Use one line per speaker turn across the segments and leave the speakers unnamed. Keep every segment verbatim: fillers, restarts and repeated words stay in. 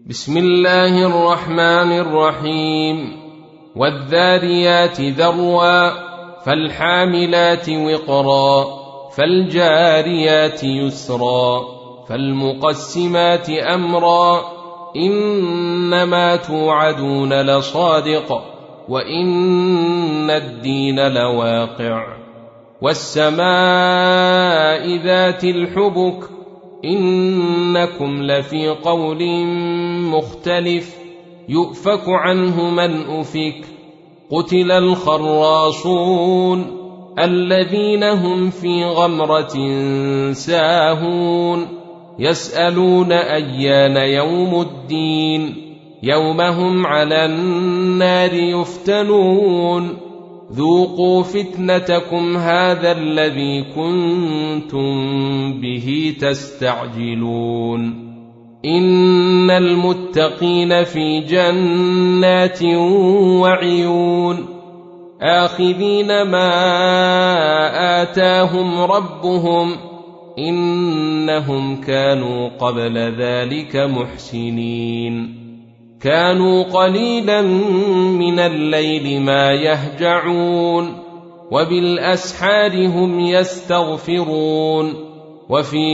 بسم الله الرحمن الرحيم والذاريات ذروا فالحاملات وقرا فالجاريات يسرا فالمقسمات أمرا إنما توعدون لصادق وإن الدين لواقع والسماء ذات الحبك إنكم لفي قول مختلف يؤفك عنه من أفك قتل الخراصون الذين هم في غمرة ساهون يسألون أيان يوم الدين يوم هم على النار يفتنون ذوقوا فتنتكم هذا الذي كنتم به تستعجلون إن المتقين في جنات وعيون آخذين ما آتاهم ربهم إنهم كانوا قبل ذلك محسنين كانوا قليلا من الليل ما يهجعون وبالأسحار هم يستغفرون وفي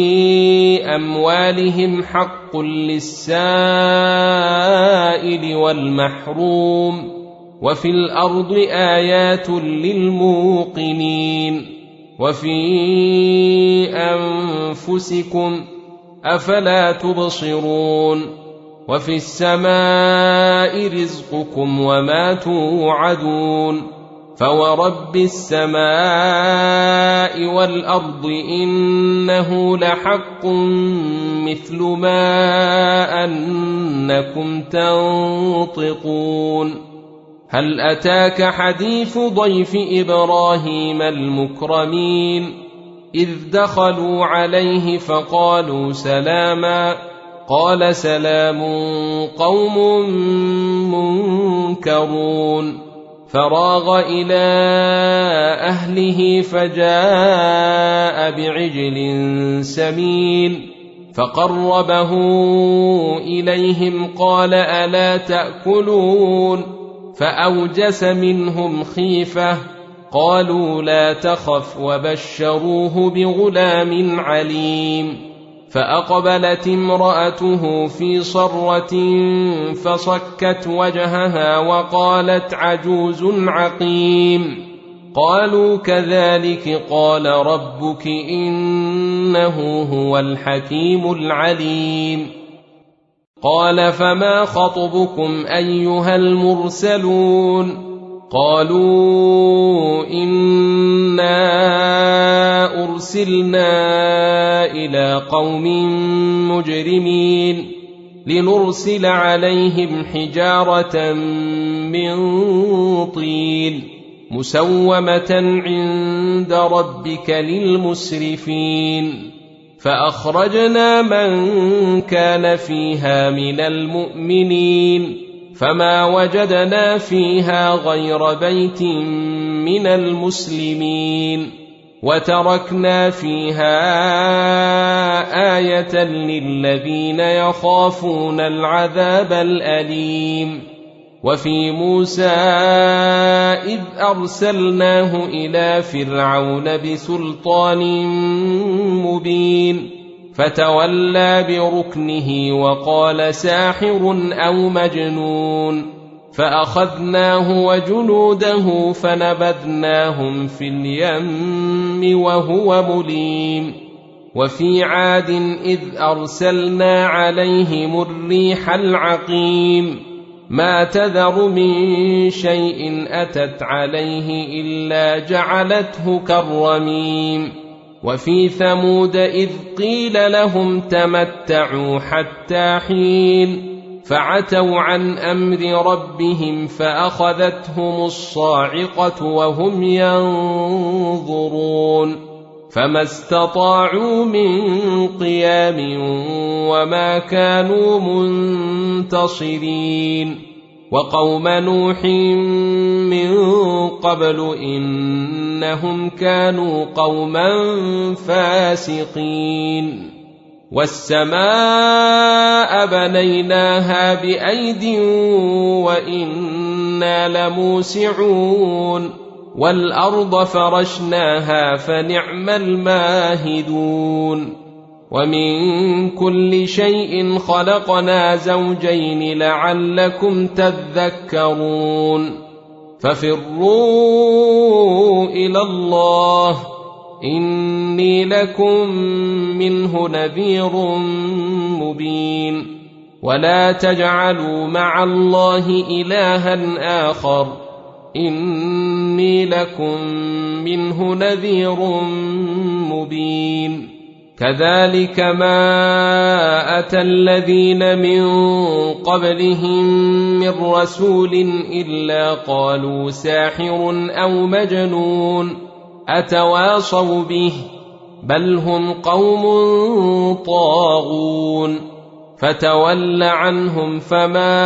أموالهم حق للسائل والمحروم وفي الأرض آيات للموقنين وفي أنفسكم أفلا تبصرون وفي السماء رزقكم وما توعدون فورب السماء والأرض إنه لحق مثل ما أنكم تنطقون هل أتاك حديث ضيف إبراهيم المكرمين إذ دخلوا عليه فقالوا سلاما قال سلام قوم منكرون فراغ إلى أهله فجاء بعجل سمين فقربه إليهم قال ألا تأكلون فأوجس منهم خيفة قالوا لا تخف وبشروه بغلام عليم فأقبلت امرأته في صرة فصكت وجهها وقالت عجوز عقيم قالوا كذلك قال ربك إنه هو الحكيم العليم قال فما خطبكم أيها المرسلون قالوا إنا أرسلنا إلى قوم مجرمين لنرسل عليهم حجارة من طين مسومة عند ربك للمسرفين فأخرجنا من كان فيها من المؤمنين فما وجدنا فيها غير بيت من المسلمين وتركنا فيها آية للذين يخافون العذاب الأليم وفي موسى إذ أرسلناه إلى فرعون بسلطان مبين فتولى بركنه وقال ساحر أو مجنون فأخذناه وجنوده فنبذناهم في اليم وهو مليم وفي عاد إذ أرسلنا عليهم الريح العقيم ما تذر من شيء أتت عليه إلا جعلته كالرميم وفي ثمود إذ قيل لهم تمتعوا حتى حين فعتوا عن أمر ربهم فأخذتهم الصاعقة وهم ينظرون فما استطاعوا من قيام وما كانوا منتصرين وقوم نوح من قبل إنهم كانوا قوما فاسقين والسماء بنيناها بأيد وإنا لموسعون والأرض فرشناها فنعم الماهدون ومن كل شيء خلقنا زوجين لعلكم تذكرون ففروا إلى الله إني لكم منه نذير مبين ولا تجعلوا مع الله إلها آخر إني لكم منه نذير مبين كذلك ما أتى الذين من قبلهم من رسول إلا قالوا ساحر أو مجنون أتواصوا به بل هم قوم طاغون فتول عنهم فما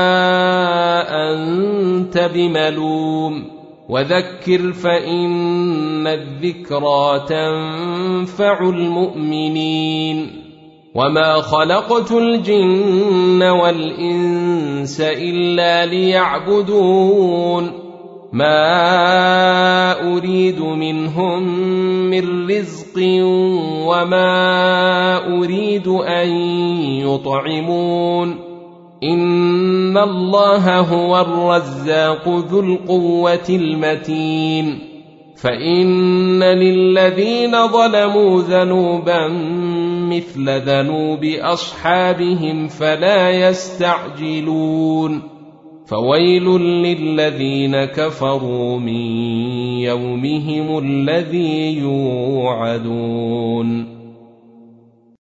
أنت بملوم وذكر فإن الذكرى تنفع المؤمنين وما خلقت الجن والإنس إلا ليعبدون ما أريد منهم من رزق وما أريد أن يطعمون إن الله هو الرزاق ذو القوة المتين فإن للذين ظلموا ذنوبا مثل ذنوب أصحابهم فلا يستعجلون فويل للذين كفروا من يومهم الذي يوعدون